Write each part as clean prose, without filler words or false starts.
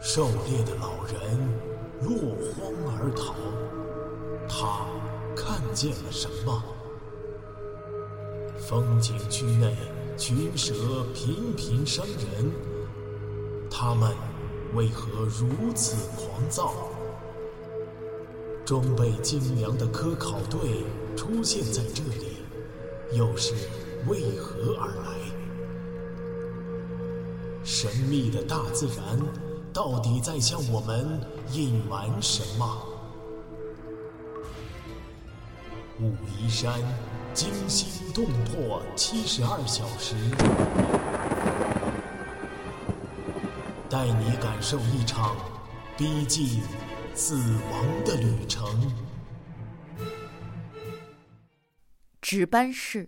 狩猎的老人落荒而逃，他看见了什么？风景区内群蛇频频伤人，他们为何如此狂躁？装备精良的科考队出现在这里，又是为何而来？神秘的大自然到底在向我们隐瞒什么？武夷山惊心动魄72小时，带你感受一场逼近死亡的旅程。 值班室。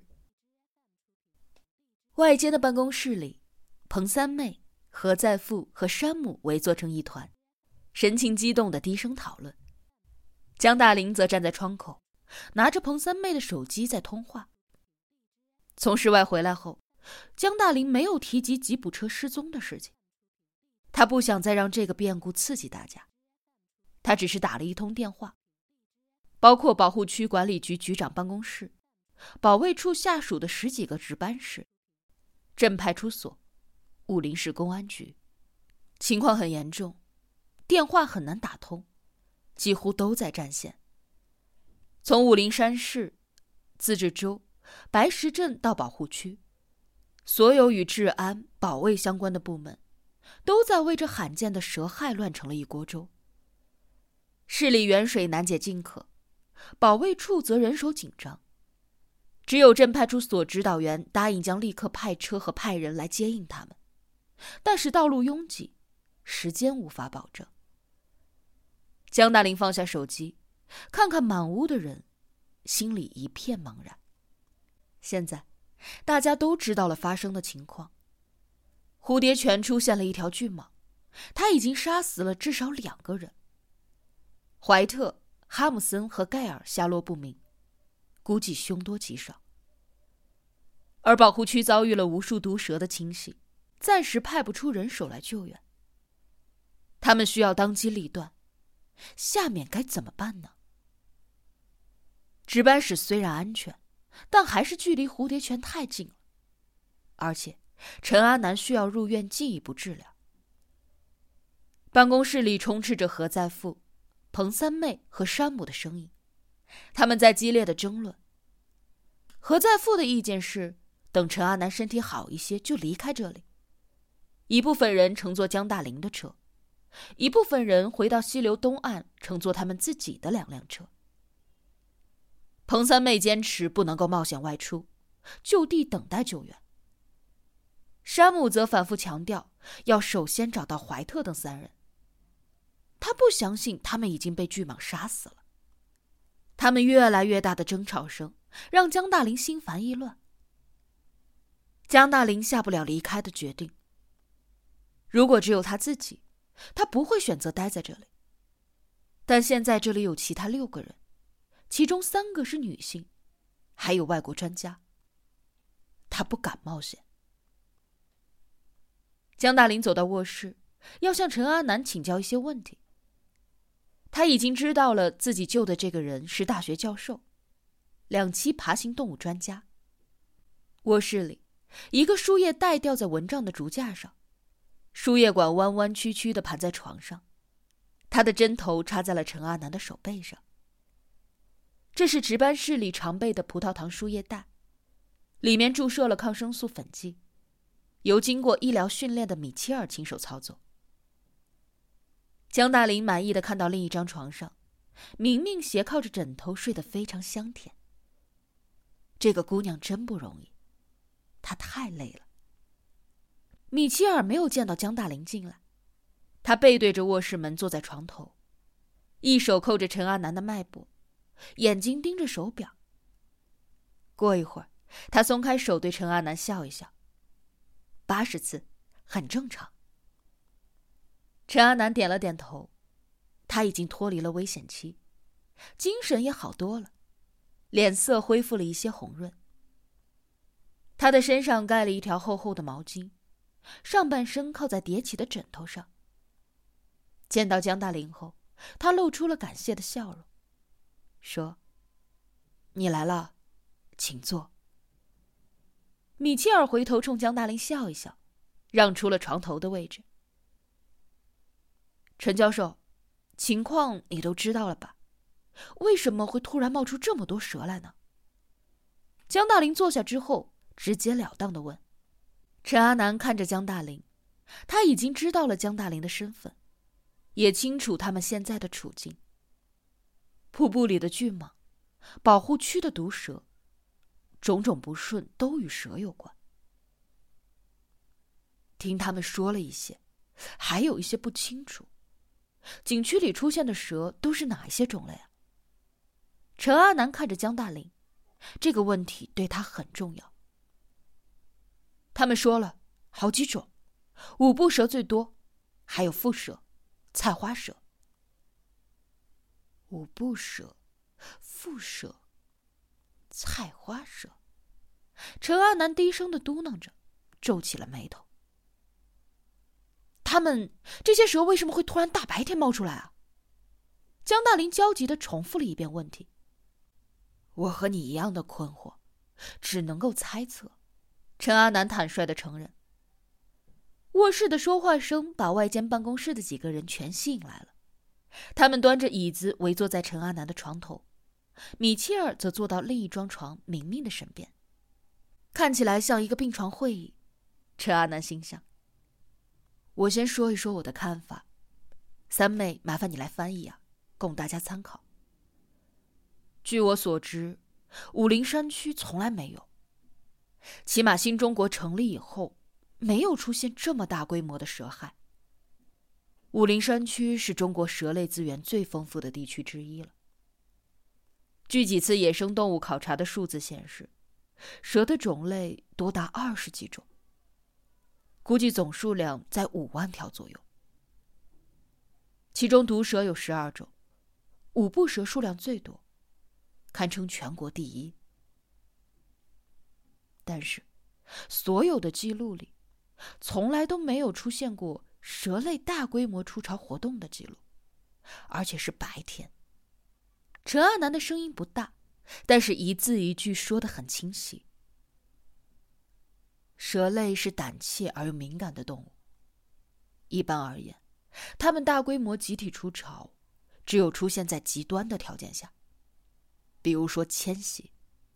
外间的办公室里，彭三妹、何在富和山姆围坐成一团，神情激动地低声讨论。江大林则站在窗口，拿着彭三妹的手机在通话。从室外回来后，江大林没有提及吉普车失踪的事情，他不想再让这个变故刺激大家。他只是打了一通电话，包括保护区管理局局长办公室、保卫处下属的10几个值班室、镇派出所、武陵市公安局。情况很严重，电话很难打通，几乎都在占线。从武陵山市、自治州、白石镇到保护区，所有与治安、保卫相关的部门都在为这罕见的蛇害乱成了一锅粥。市里远水难解近渴，保卫处则人手紧张，只有镇派出所指导员答应将立刻派车和派人来接应他们，但是道路拥挤，时间无法保证。江大林放下手机，看看满屋的人，心里一片茫然。现在大家都知道了发生的情况，蝴蝶泉出现了一条巨蟒，他已经杀死了至少2个人。怀特、哈姆森和盖尔下落不明，估计凶多吉少。而保护区遭遇了无数毒蛇的侵袭，暂时派不出人手来救援。他们需要当机立断，下面该怎么办呢？值班室虽然安全，但还是距离蝴蝶泉太近了，而且陈阿南需要入院进一步治疗。办公室里充斥着何在富、彭三妹和山姆的声音，他们在激烈的争论。何在富的意见是等陈阿南身体好一些就离开这里，一部分人乘坐江大林的车，一部分人回到溪流东岸乘坐他们自己的2辆车。彭三妹坚持不能够冒险外出，就地等待救援。山姆则反复强调要首先找到怀特等3人，他不相信他们已经被巨蟒杀死了。他们越来越大的争吵声让江大林心烦意乱。江大林下不了离开的决定。如果只有他自己，他不会选择待在这里。但现在这里有其他6个人，其中3个是女性，还有外国专家。他不敢冒险。江大林走到卧室，要向陈阿南请教一些问题。他已经知道了自己救的这个人是大学教授，2栖爬行动物专家。卧室里，一个输液袋吊在蚊帐的竹架上，输液管弯弯曲曲地盘在床上，他的针头插在了陈阿南的手背上。这是值班室里常备的葡萄糖输液袋，里面注射了抗生素粉剂，由经过医疗训练的米切尔亲手操作。江大林满意地看到另一张床上，明明斜靠着枕头睡得非常香甜。这个姑娘真不容易，她太累了。米切尔没有见到江大林进来，他背对着卧室门坐在床头，一手扣着陈阿南的脉搏，眼睛盯着手表。过一会儿，他松开手对陈阿南笑一笑，80次，很正常。陈阿南点了点头，他已经脱离了危险期，精神也好多了，脸色恢复了一些红润。他的身上盖了一条厚厚的毛巾，上半身靠在叠起的枕头上， 见到江大林后，他露出了感谢的笑容，说：“你来了，请坐。”米切尔回头冲江大林笑一笑，让出了床头的位置。陈教授，情况你都知道了吧？为什么会突然冒出这么多蛇来呢？江大林坐下之后，直截了当地问。陈阿南看着江大林，他已经知道了江大林的身份，也清楚他们现在的处境。瀑布里的巨蟒，保护区的毒蛇，种种不顺都与蛇有关。听他们说了一些，还有一些不清楚。景区里出现的蛇都是哪一些种类啊？陈阿南看着江大林，这个问题对他很重要。他们说了好几种，5步蛇最多，还有蝮蛇、菜花蛇。5步蛇、蝮蛇、菜花蛇。陈阿南低声的嘟囔着，皱起了眉头。这些蛇为什么会突然大白天冒出来啊？江大林焦急地重复了一遍问题。我和你一样的困惑，只能够猜测。陈阿南坦率地承认。卧室的说话声把外间办公室的几个人全吸引来了，他们端着椅子围坐在陈阿南的床头，米切尔则坐到另一张床明明的身边，看起来像一个病床会议。陈阿南心想，我先说一说我的看法，三妹麻烦你来翻译啊，供大家参考。据我所知，武陵山区从来没有，起码新中国成立以后，没有出现这么大规模的蛇害。武陵山区是中国蛇类资源最丰富的地区之一了。据几次野生动物考察的数字显示，蛇的种类多达20几种，估计总数量在5万条左右。其中毒蛇有12种，5步蛇数量最多，堪称全国第一。但是所有的记录里，从来都没有出现过蛇类大规模出巢活动的记录，而且是白天。陈阿南的声音不大，但是一字一句说得很清晰。蛇类是胆怯而又敏感的动物，一般而言，它们大规模集体出巢，只有出现在极端的条件下，比如说迁徙。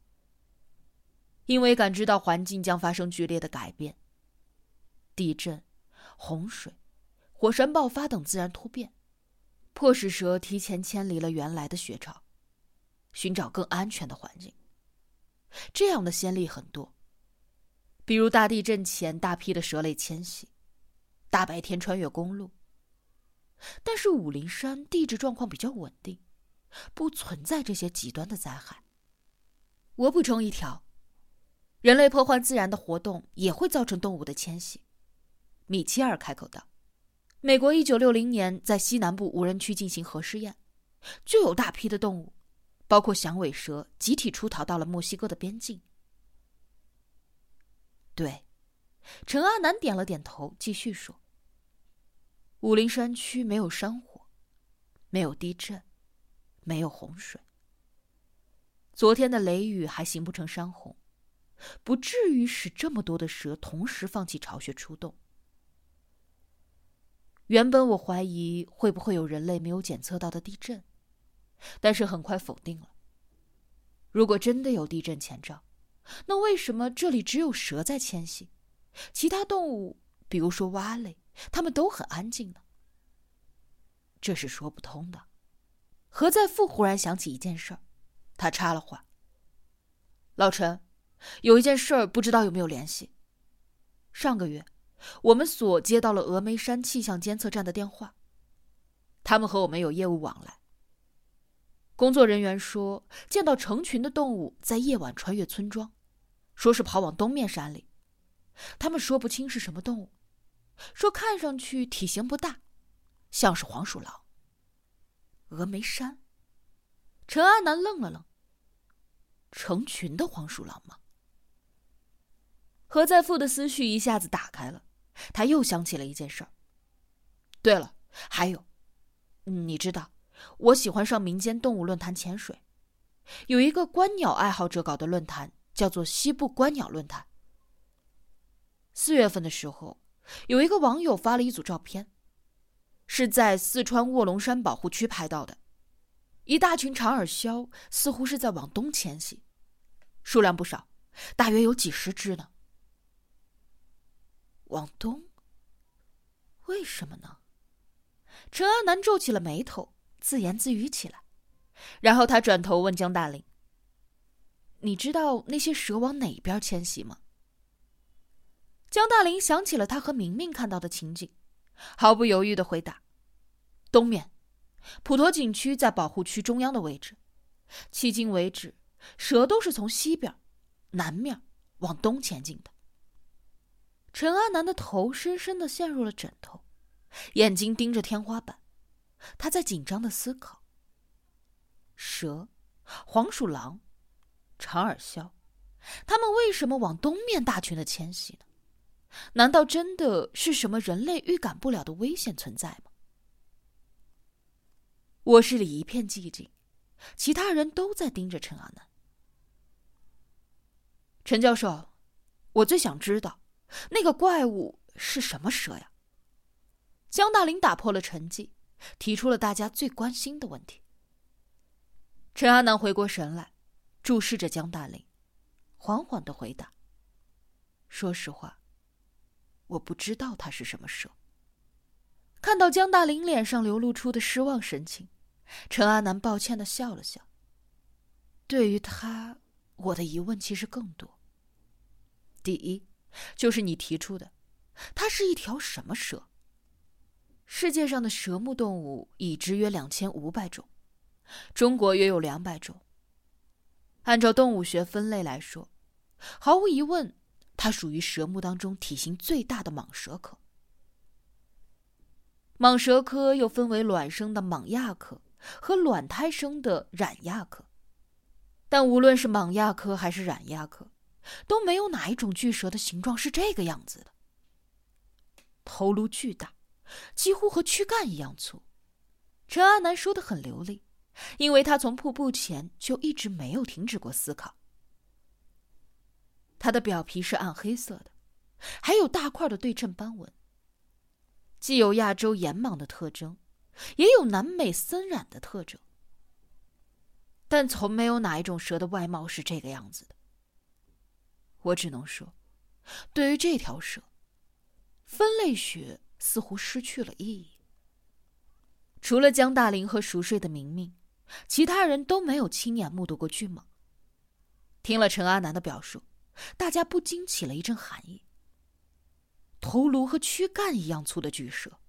因为感知到环境将发生剧烈的改变，地震、洪水、火山爆发等自然突变，迫使蛇提前迁离了原来的穴巢，寻找更安全的环境。这样的先例很多，比如大地震前大批的蛇类迁徙，大白天穿越公路。但是武陵山地质状况比较稳定，不存在这些极端的灾害。我补充一条，人类破坏自然的活动也会造成动物的迁徙。米切尔开口道，美国1960年在西南部无人区进行核试验，就有大批的动物，包括响尾蛇，集体出逃到了墨西哥的边境。对，陈阿南点了点头，继续说，武陵山区没有山火，没有地震，没有洪水。昨天的雷雨还形不成山洪，不至于使这么多的蛇同时放弃巢穴出动。原本我怀疑会不会有人类没有检测到的地震，但是很快否定了。如果真的有地震前兆，那为什么这里只有蛇在迁徙，其他动物，比如说蛙类，它们都很安静呢？这是说不通的。何在富忽然想起一件事儿，他插了话：老陈，有一件事儿不知道有没有联系。上个月我们所接到了峨眉山气象监测站的电话，他们和我们有业务往来。工作人员说见到成群的动物在夜晚穿越村庄，说是跑往东面山里。他们说不清是什么动物，说看上去体型不大，像是黄鼠狼。峨眉山？陈阿南愣了愣，成群的黄鼠狼吗？何在富的思绪一下子打开了，他又想起了一件事儿。对了，还有， 你知道，我喜欢上民间动物论坛潜水，有一个观鸟爱好者搞的论坛，叫做西部观鸟论坛。4月份的时候，有一个网友发了一组照片，是在四川卧龙山保护区拍到的，一大群长耳鸮似乎是在往东迁徙，数量不少，大约有几十只呢。往东？为什么呢？陈阿南皱起了眉头，自言自语起来，然后他转头问江大林：“你知道那些蛇往哪边迁徙吗？”江大林想起了他和明明看到的情景，毫不犹豫地回答：“东面，普陀景区在保护区中央的位置，迄今为止，蛇都是从西边、南面往东前进的。”陈阿南的头深深地陷入了枕头，眼睛盯着天花板，他在紧张地思考：蛇、黄鼠狼、长耳鸮，它们为什么往东面大群的迁徙呢？难道真的是什么人类预感不了的危险存在吗？卧室里一片寂静，其他人都在盯着陈阿南。陈教授，我最想知道那个怪物是什么蛇呀？江大林打破了沉寂，提出了大家最关心的问题。陈阿南回过神来，注视着江大林，缓缓地回答：“说实话，我不知道它是什么蛇。”看到江大林脸上流露出的失望神情，陈阿南抱歉地笑了笑。对于他，我的疑问其实更多。第一，就是你提出的，它是一条什么蛇？世界上的蛇目动物已知约2500种，中国约有200种。按照动物学分类来说，毫无疑问，它属于蛇目当中体型最大的蟒蛇科。蟒蛇科又分为卵生的蟒亚科和卵胎生的染亚科，但无论是蟒亚科还是染亚科，都没有哪一种巨蛇的形状是这个样子的。头颅巨大，几乎和躯干一样粗。陈阿南说得很流利，因为他从瀑布前就一直没有停止过思考。它的表皮是暗黑色的，还有大块的对称斑纹，既有亚洲岩蟒的特征，也有南美森蚺的特征，但从没有哪一种蛇的外貌是这个样子的。我只能说，对于这条蛇，分类学似乎失去了意义。除了江大林和熟睡的明明，其他人都没有亲眼目睹过巨蟒。听了陈阿南的表述，大家不禁起了一阵寒意。头颅和躯干一样粗的巨蛇。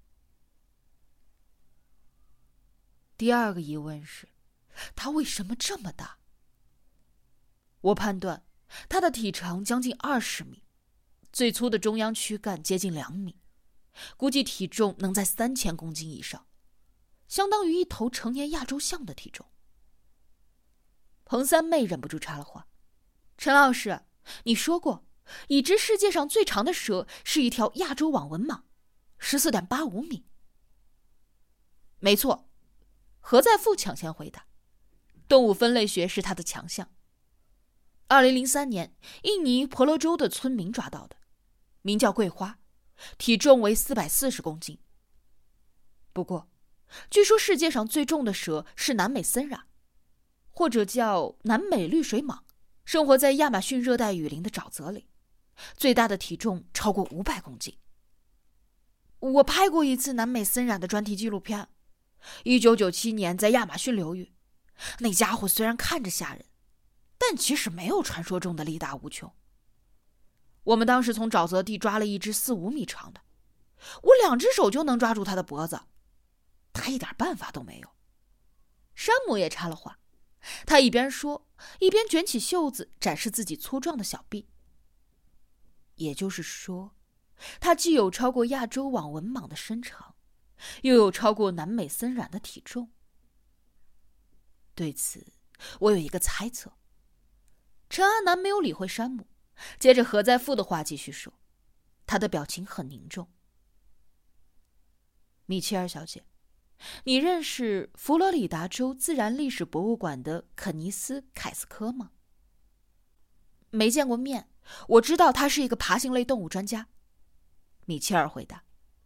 第二个疑问是，它为什么这么大？我判断它的体长将近20米，最粗的中央躯干接近2米，估计体重能在3000公斤以上，相当于一头成年亚洲象的体重。彭三妹忍不住插了话：“陈老师，你说过，已知世界上最长的蛇是一条亚洲网纹蟒，14.85米。”没错，何在富抢先回答，动物分类学是他的强项。2003年，印尼婆罗洲的村民抓到的，名叫桂花，体重为440公斤。不过，据说世界上最重的蛇是南美森蚺，或者叫南美绿水蟒，生活在亚马逊热带雨林的沼泽里，最大的体重超过500公斤。我拍过一次南美森蚺的专题纪录片，1997年在亚马逊流域，那家伙虽然看着吓人，但其实没有传说中的力大无穷。我们当时从沼泽地抓了一只4-5米长的，我2只手就能抓住它的脖子，他一点办法都没有。山姆也插了话，他一边说，一边卷起袖子展示自己粗壮的小臂。也就是说，他既有超过亚洲网纹蟒的身长，又有超过南美森蚺的体重。对此，我有一个猜测。陈阿南没有理会山姆，接着何在富的话继续说，他的表情很凝重。米切尔小姐， 你认识佛罗里达州自然历史博物馆的肯尼斯·凯斯科吗？没见过面，我知道他是一个爬行类动物专家。米切尔回答。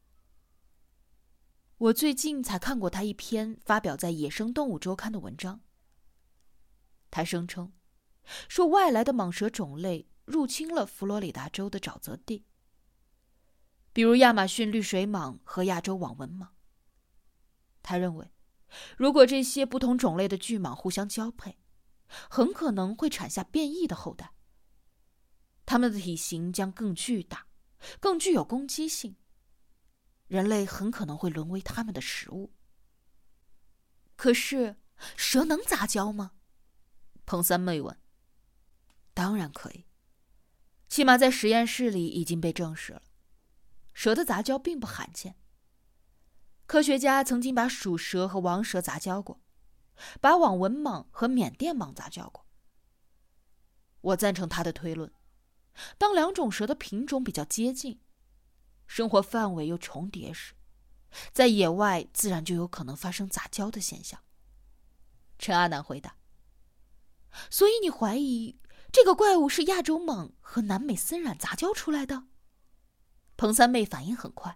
我最近才看过他一篇发表在《野生动物周刊》的文章。他声称，说外来的蟒蛇种类入侵了佛罗里达州的沼泽地，比如亚马逊绿水蟒和亚洲网纹蟒。他认为，如果这些不同种类的巨蟒互相交配，很可能会产下变异的后代。它们的体型将更巨大，更具有攻击性。人类很可能会沦为它们的食物。可是，蛇能杂交吗？彭三妹问。当然可以，起码在实验室里已经被证实了。蛇的杂交并不罕见。科学家曾经把鼠蛇和王蛇杂交过，把网纹蟒和缅甸蟒杂交过。我赞成他的推论，当两种蛇的品种比较接近，生活范围又重叠时，在野外自然就有可能发生杂交的现象。陈阿南回答。所以你怀疑这个怪物是亚洲蟒和南美森蚺杂交出来的？彭三妹反应很快。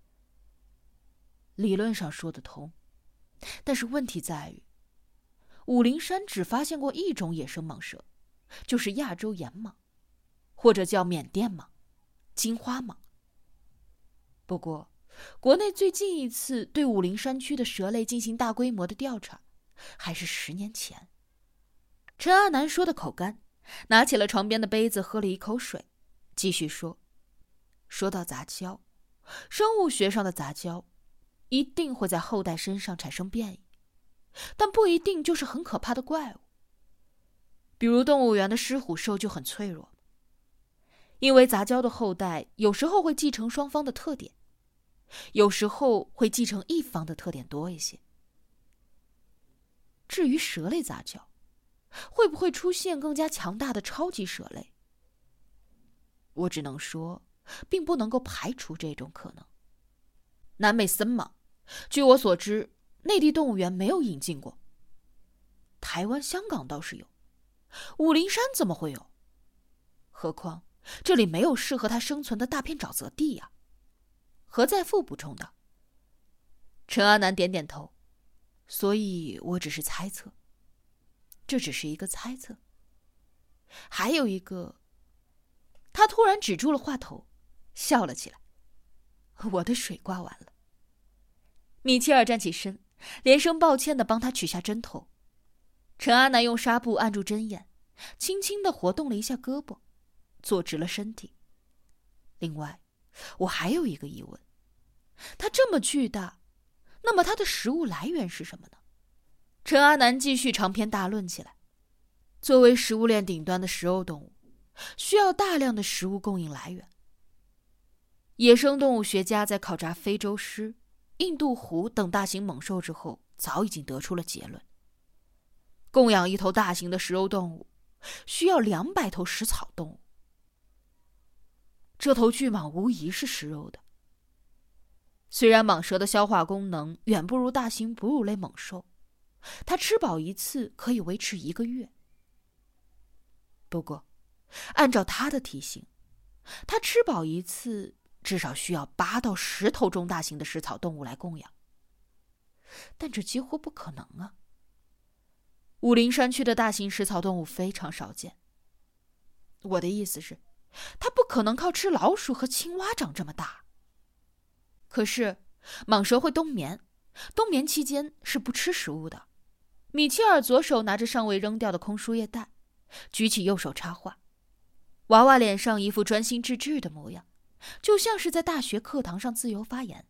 理论上说得通，但是问题在于，武陵山只发现过一种野生蟒蛇，就是亚洲岩蟒，或者叫缅甸蟒、金花蟒。不过，国内最近一次对武陵山区的蛇类进行大规模的调查，还是10年前。陈阿南说的口干，拿起了床边的杯子喝了一口水，继续说。说到杂交，生物学上的杂交一定会在后代身上产生变异，但不一定就是很可怕的怪物。比如动物园的狮虎兽就很脆弱，因为杂交的后代有时候会继承双方的特点，有时候会继承一方的特点多一些。至于蛇类杂交，会不会出现更加强大的超级蛇类？我只能说，并不能够排除这种可能。南美森蟒，据我所知，内地动物园没有引进过。台湾、香港倒是有，武陵山怎么会有？何况这里没有适合它生存的大片沼泽地呀。何在富补充道。陈阿南点点头，所以我只是猜测。这只是一个猜测。还有一个，他突然止住了话头，笑了起来。我的水挂完了。米切尔站起身，连声抱歉地帮他取下针头。陈阿南用纱布按住针眼，轻轻地活动了一下胳膊，坐直了身体。另外，我还有一个疑问，它这么巨大，那么它的食物来源是什么呢？陈阿南继续长篇大论起来。作为食物链顶端的食肉动物，需要大量的食物供应来源。野生动物学家在考察非洲狮、印度狐等大型猛兽之后，早已经得出了结论：供养一头大型的食肉动物，需要200头食草动物。这头巨蟒无疑是食肉的。虽然蟒蛇的消化功能远不如大型哺乳类猛兽，它吃饱一次可以维持1个月。不过，按照它的体型，它吃饱一次至少需要8到10头中大型的食草动物来供养。但这几乎不可能啊！武陵山区的大型食草动物非常少见。我的意思是，它不可能靠吃老鼠和青蛙长这么大。可是，蟒蛇会冬眠，冬眠期间是不吃食物的。米切尔左手拿着尚未扔掉的空输液袋，举起右手插话，娃娃脸上一副专心致志的模样，就像是在大学课堂上自由发言。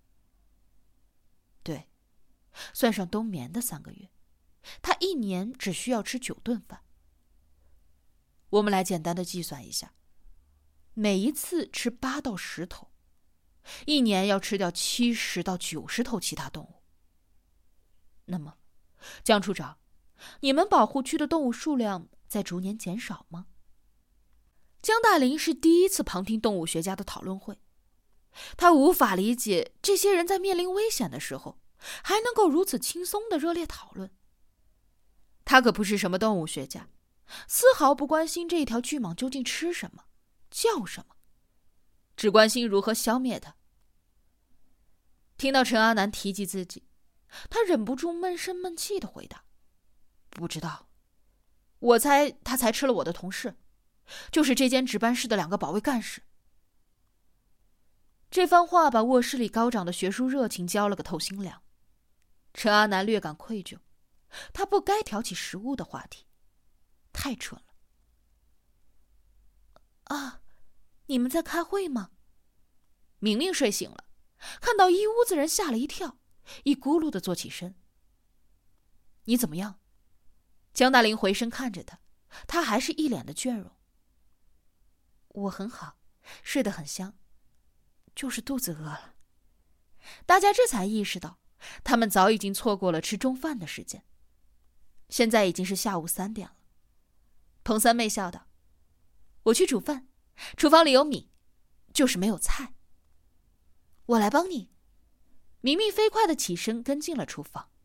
对，算上冬眠的3个月，他1年只需要吃9顿饭。我们来简单的计算一下，每一次吃8到10头，1年要吃掉70到90头其他动物。那么，江处长，你们保护区的动物数量在逐年减少吗？江大林是第一次旁听动物学家的讨论会，他无法理解这些人在面临危险的时候， 还能够如此轻松的热烈讨论。他可不是什么动物学家，丝毫不关心这一条巨蟒究竟吃什么，叫什么，只关心如何消灭它。听到陈阿南提及自己，他忍不住闷声闷气的回答：“不知道，我猜他才吃了我的同事，就是这间值班室的2个保卫干事。”这番话把卧室里高涨的学术热情浇了个透心凉。陈阿南略感愧疚，他不该挑起食物的话题，太蠢了。啊，你们在开会吗？明明睡醒了，看到一屋子人吓了一跳，一咕噜的坐起身。你怎么样？江大林回身看着他，他还是一脸的倦容。我很好，睡得很香，就是肚子饿了。大家这才意识到，他们早已经错过了吃中饭的时间。现在已经是下午3点了。彭三妹笑道：“我去煮饭，厨房里有米，就是没有菜。”我来帮你。明明飞快地起身跟进了厨房。